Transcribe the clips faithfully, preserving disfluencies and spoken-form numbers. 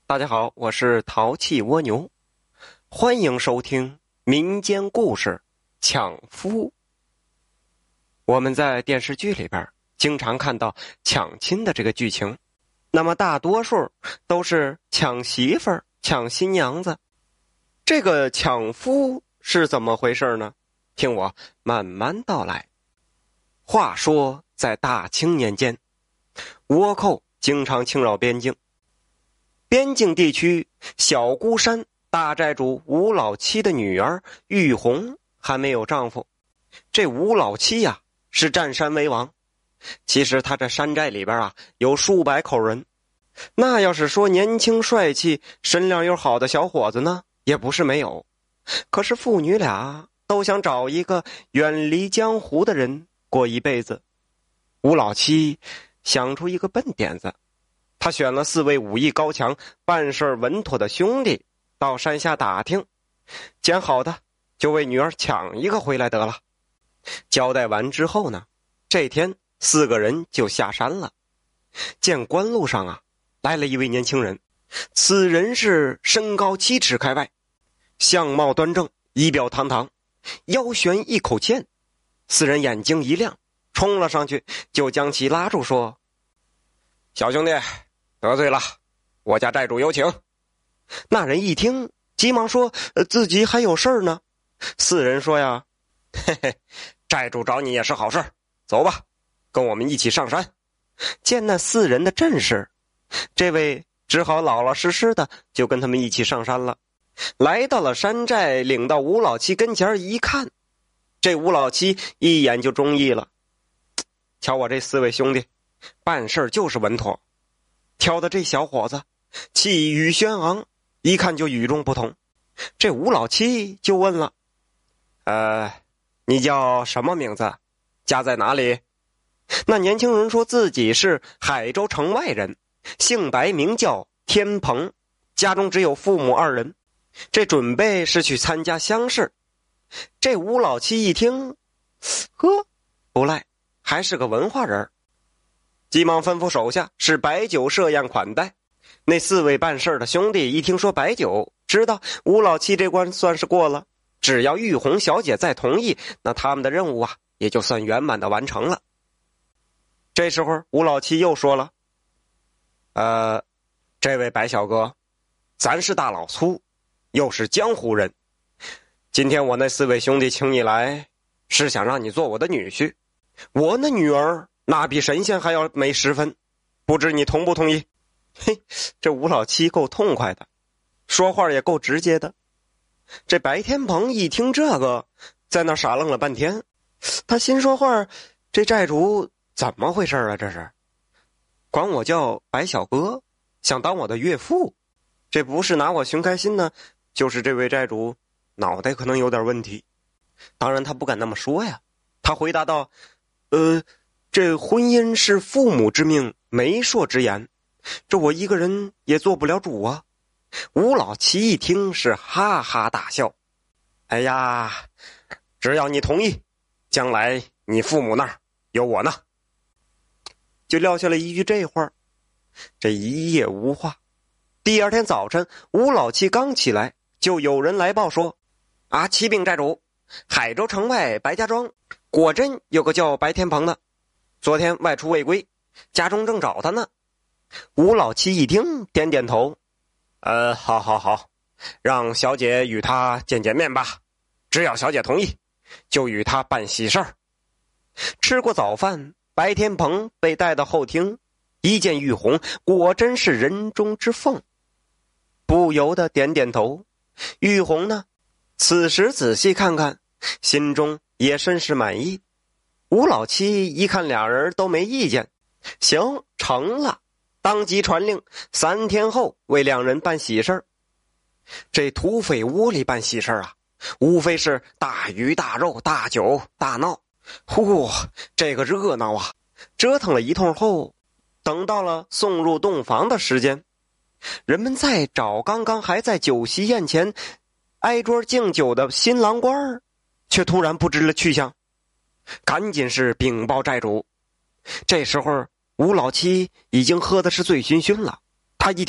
大家好，我是淘气蜗牛，欢迎收听民间故事抢夫。我们在电视剧里边经常看到抢亲的这个剧情，那么大多数都是抢媳妇儿、抢新娘子。这个抢夫是怎么回事呢？听我慢慢道来。话说在大清年间，倭寇经常侵扰边境，边境地区小孤山大寨主吴老七的女儿玉红还没有丈夫。这吴老七呀、啊、是占山为王，其实他这山寨里边啊有数百口人，那要是说年轻帅气身量又好的小伙子呢，也不是没有。可是父女俩都想找一个远离江湖的人过一辈子。吴老七想出一个笨点子，他选了四位武艺高强、办事稳妥的兄弟到山下打听，捡好的就为女儿抢一个回来得了。交代完之后呢，这天四个人就下山了。见官路上啊来了一位年轻人，此人是身高七尺开外，相貌端正，仪表堂堂，腰悬一口剑。四人眼睛一亮，冲了上去就将其拉住说：小兄弟，得罪了，我家寨主有请。那人一听急忙说、呃、自己还有事儿呢。四人说呀，嘿嘿，寨主找你也是好事，走吧，跟我们一起上山。见那四人的阵势，这位只好老老实实的就跟他们一起上山了。来到了山寨，领到吴老七跟前一看，这吴老七一眼就中意了。瞧我这四位兄弟办事就是稳妥，挑的这小伙子气宇轩昂，一看就与众不同。这吴老七就问了，呃，你叫什么名字？家在哪里？那年轻人说自己是海州城外人，姓白名叫天鹏，家中只有父母二人，这准备是去参加乡试。这吴老七一听，呵，不赖，还是个文化人，急忙吩咐手下是摆酒设宴款待。那四位办事的兄弟一听说摆酒，知道吴老七这关算是过了，只要玉红小姐再同意，那他们的任务啊也就算圆满的完成了。这时候吴老七又说了，呃，这位白小哥，咱是大老粗，又是江湖人，今天我那四位兄弟请你来，是想让你做我的女婿。我那女儿那比神仙还要美十分，不知你同不同意？嘿，这吴老七够痛快的，说话也够直接的。这白天鹏一听这个，在那傻愣了半天，他心说话，这寨主怎么回事啊？这是管我叫白小哥，想当我的岳父，这不是拿我寻开心呢，就是这位寨主脑袋可能有点问题。当然他不敢那么说呀，他回答道，呃，这婚姻是父母之命，媒妁之言，这我一个人也做不了主啊。吴老七一听是哈哈大笑，哎呀，只要你同意，将来你父母那儿有我呢。就撂下了一句这话，这一夜无话。第二天早晨，吴老七刚起来，就有人来报说，啊，启禀寨主，海州城外白家庄果真有个叫白天鹏的，昨天外出未归，家中正找他呢。吴老七一听点点头，呃，好好好，让小姐与他见见面吧，只要小姐同意，就与他办喜事儿。吃过早饭，白天鹏被带到后厅，一见玉红，果真是人中之凤，不由得点点头。玉红呢，此时仔细看看，心中也甚是满意。吴老七一看俩人都没意见，行，成了，当即传令，三天后为两人办喜事儿。这土匪窝里办喜事儿啊，无非是大鱼大肉、大酒大闹，呼，这个热闹啊！折腾了一通后，等到了送入洞房的时间，人们在找刚刚还在酒席宴前挨桌敬酒的新郎官，却突然不知了去向，赶紧是禀报寨主。这时候吴老七已经喝的是醉醺醺了，他一听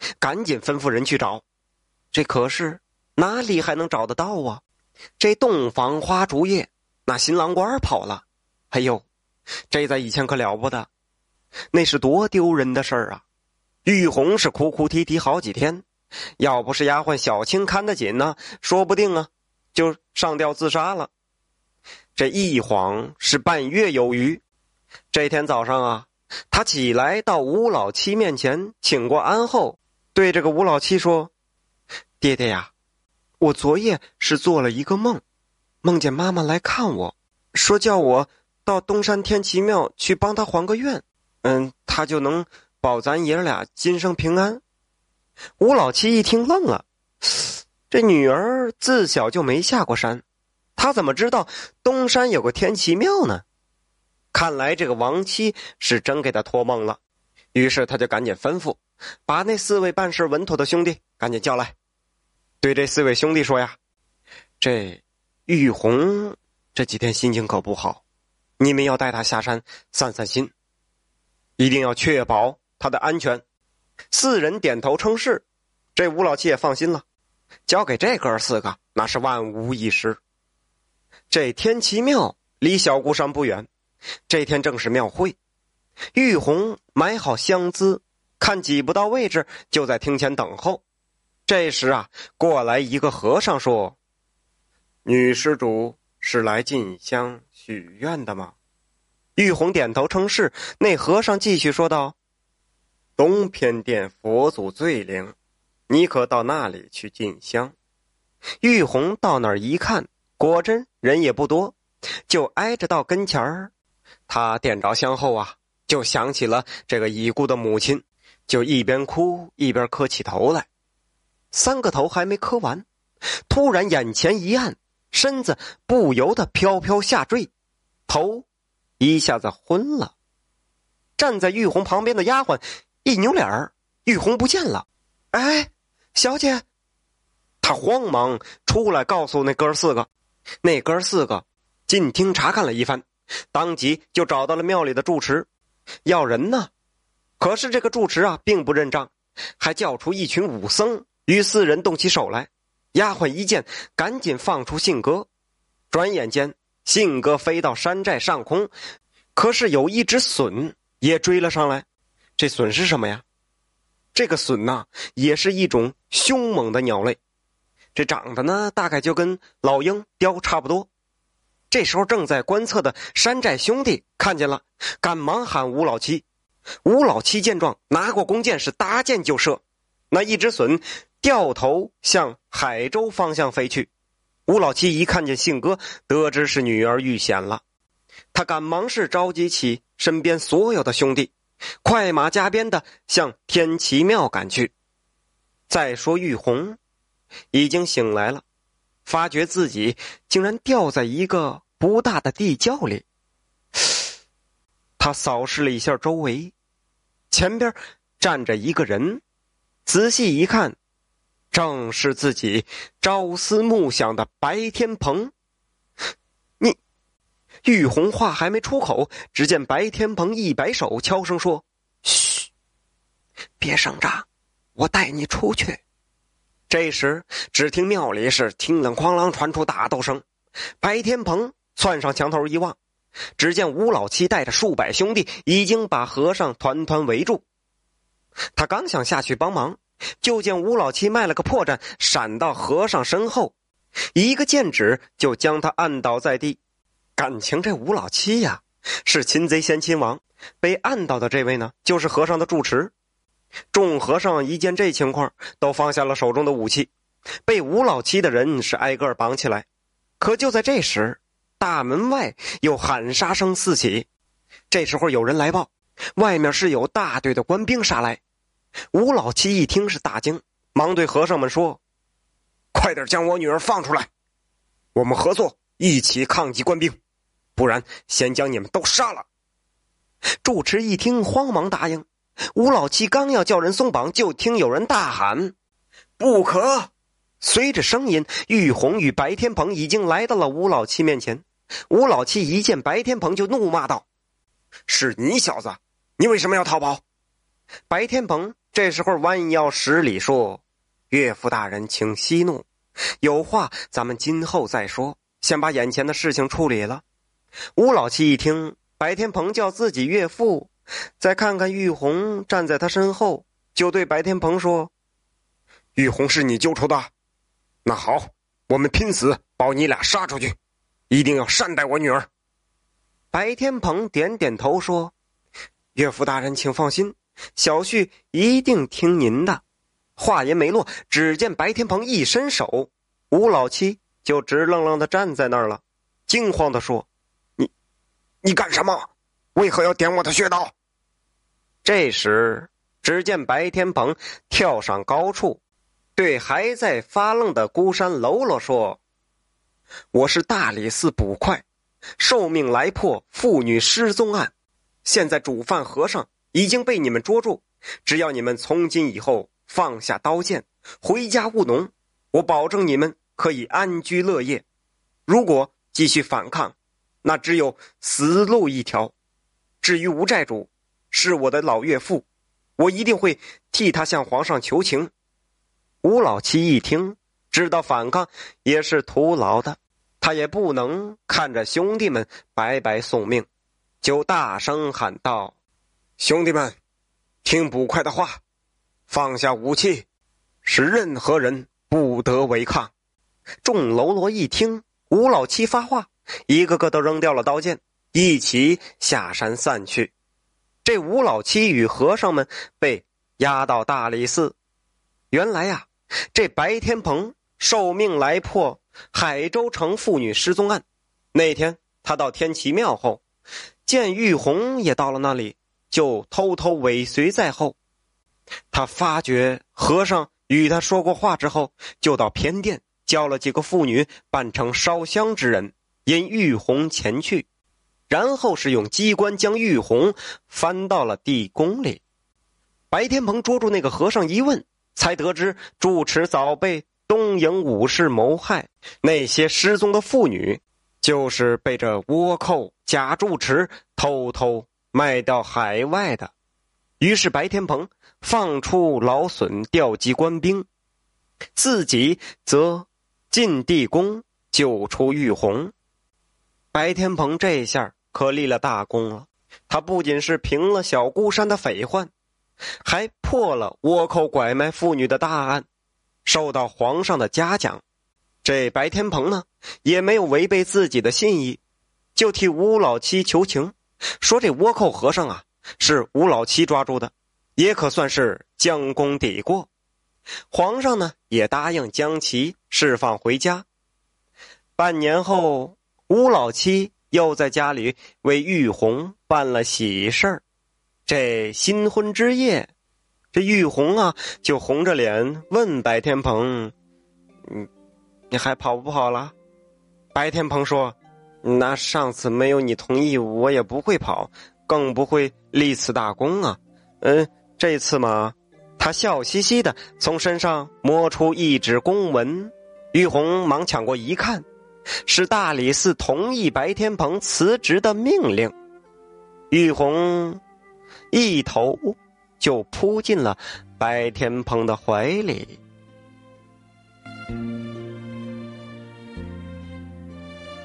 赶紧吩咐人去找。这可是哪里还能找得到啊？这洞房花烛夜，那新郎官跑了，哎呦，这在以前可了不得，那是多丢人的事儿啊！玉红是哭哭啼啼好几天，要不是丫鬟小青看得紧呢，说不定啊就上吊自杀了。这一晃是半月有余。这天早上啊，他起来到吴老七面前请过安后，对这个吴老七说：爹爹呀，我昨夜是做了一个梦，梦见妈妈来看我，说叫我到东山天齐庙去帮她还个愿，嗯，她就能保咱爷俩今生平安。吴老七一听愣了，这女儿自小就没下过山，她怎么知道东山有个天齐庙呢？看来这个王七是真给他托梦了。于是他就赶紧吩咐，把那四位办事稳妥的兄弟赶紧叫来，对这四位兄弟说呀：这玉红这几天心情可不好，你们要带他下山散散心，一定要确保他的安全。四人点头称是，这吴老七也放心了，交给这哥四个那是万无一失。这天齐庙离小姑山不远，这天正是庙会，玉红买好香资，看挤不到位置，就在厅前等候。这时啊，过来一个和尚说：女施主是来进香许愿的吗？玉红点头称是。那和尚继续说道：东偏殿佛祖最灵，你可到那里去进香。玉红到那儿一看，果真人也不多，就挨着到跟前儿。他点着香后啊，就想起了这个已故的母亲，就一边哭一边磕起头来。三个头还没磕完，突然眼前一暗，身子不由得飘飘下坠，头一下子昏了。站在玉红旁边的丫鬟一扭脸儿，玉红不见了。哎，小姐！他慌忙出来告诉那哥四个。那哥四个进厅查看了一番，当即就找到了庙里的住持，要人呢。可是这个住持啊并不认账，还叫出一群武僧与四人动起手来。丫鬟一见，赶紧放出信鸽。转眼间信鸽飞到山寨上空，可是有一只隼也追了上来。这隼是什么呀？这个隼呐、啊，也是一种凶猛的鸟类，这长得呢大概就跟老鹰雕差不多。这时候正在观测的山寨兄弟看见了，赶忙喊吴老七。吴老七见状，拿过弓箭是搭箭就射。那一只隼掉头向海州方向飞去。吴老七一看见信鸽，得知是女儿遇险了，他赶忙是召集起身边所有的兄弟，快马加鞭的向天齐庙赶去。再说玉红已经醒来了，发觉自己竟然掉在一个不大的地窖里。他扫视了一下周围，前边站着一个人，仔细一看，正是自己朝思暮想的白天鹏。你，玉红话还没出口，只见白天鹏一摆手，悄声说：嘘，别声张，我带你出去。这时只听庙里是听啷哐啷传出打斗声，白天鹏窜上墙头一望，只见吴老七带着数百兄弟已经把和尚团团围住。他刚想下去帮忙，就见吴老七迈了个破绽，闪到和尚身后，一个箭指就将他按倒在地。感情这吴老七呀，是擒贼先擒王，被按倒的这位呢，就是和尚的住持。众和尚一见这情况，都放下了手中的武器，被吴老七的人是挨个绑起来。可就在这时，大门外又喊杀声四起。这时候有人来报，外面是有大队的官兵杀来。吴老七一听是大惊，忙对和尚们说：快点将我女儿放出来，我们合作一起抗击官兵，不然先将你们都杀了。住持一听慌忙答应。吴老七刚要叫人松绑，就听有人大喊：不可！随着声音，玉红与白天鹏已经来到了吴老七面前。吴老七一见白天鹏就怒骂道：是你小子，你为什么要逃跑？白天鹏这时候弯腰施礼说：“岳父大人请息怒，有话咱们今后再说，先把眼前的事情处理了。”吴老七一听白天鹏叫自己岳父，再看看玉红站在他身后，就对白天鹏说：“玉红是你救出的，那好，我们拼死把你俩杀出去，一定要善待我女儿。”白天鹏点点头说：“岳父大人请放心，小婿一定听您的。”话音没落，只见白天鹏一伸手，吴老七就直愣愣地站在那儿了，惊慌地说：“你你干什么？为何要点我的穴道？”这时只见白天鹏跳上高处，对还在发愣的孤山喽啰说：“我是大理寺捕快，受命来破妇女失踪案，现在主犯和尚已经被你们捉住，只要你们从今以后放下刀剑，回家务农，我保证你们可以安居乐业。如果继续反抗，那只有死路一条。至于吴寨主，是我的老岳父，我一定会替他向皇上求情。”吴老七一听，知道反抗也是徒劳的，他也不能看着兄弟们白白送命，就大声喊道：“兄弟们，听捕快的话，放下武器，使任何人不得违抗。”众喽啰一听吴老七发话，一个个都扔掉了刀剑，一起下山散去。这吴老七与和尚们被押到大理寺。原来呀、啊，这白天鹏受命来破海州城妇女失踪案。那天他到天齐庙后，见玉红也到了那里，就偷偷尾随在后。他发觉和尚与他说过话之后，就到偏殿叫了几个妇女扮成烧香之人，引玉红前去，然后是用机关将玉红翻到了地宫里。白天鹏捉住那个和尚一问，才得知住持早被东瀛武士谋害，那些失踪的妇女就是被这倭寇假住持偷偷卖到海外的。于是白天鹏放出劳损，调集官兵，自己则进地宫救出玉红。白天鹏这下可立了大功了，他不仅是平了小孤山的匪患，还破了倭寇拐卖妇女的大案，受到皇上的嘉奖。这白天鹏呢，也没有违背自己的信义，就替吴老七求情，说这倭寇和尚啊是吴老七抓住的，也可算是将功抵过。皇上呢也答应将其释放回家。半年后，吴老七又在家里为玉红办了喜事儿。这新婚之夜，这玉红啊就红着脸问白天鹏：“嗯，你还跑不跑了？”白天鹏说：“那上次没有你同意，我也不会跑，更不会立此大功啊。嗯，这次嘛。”他笑嘻嘻的从身上摸出一纸公文，玉红忙抢过一看，是大理寺同意白天鹏辞职的命令。玉红一头就扑进了白天鹏的怀里。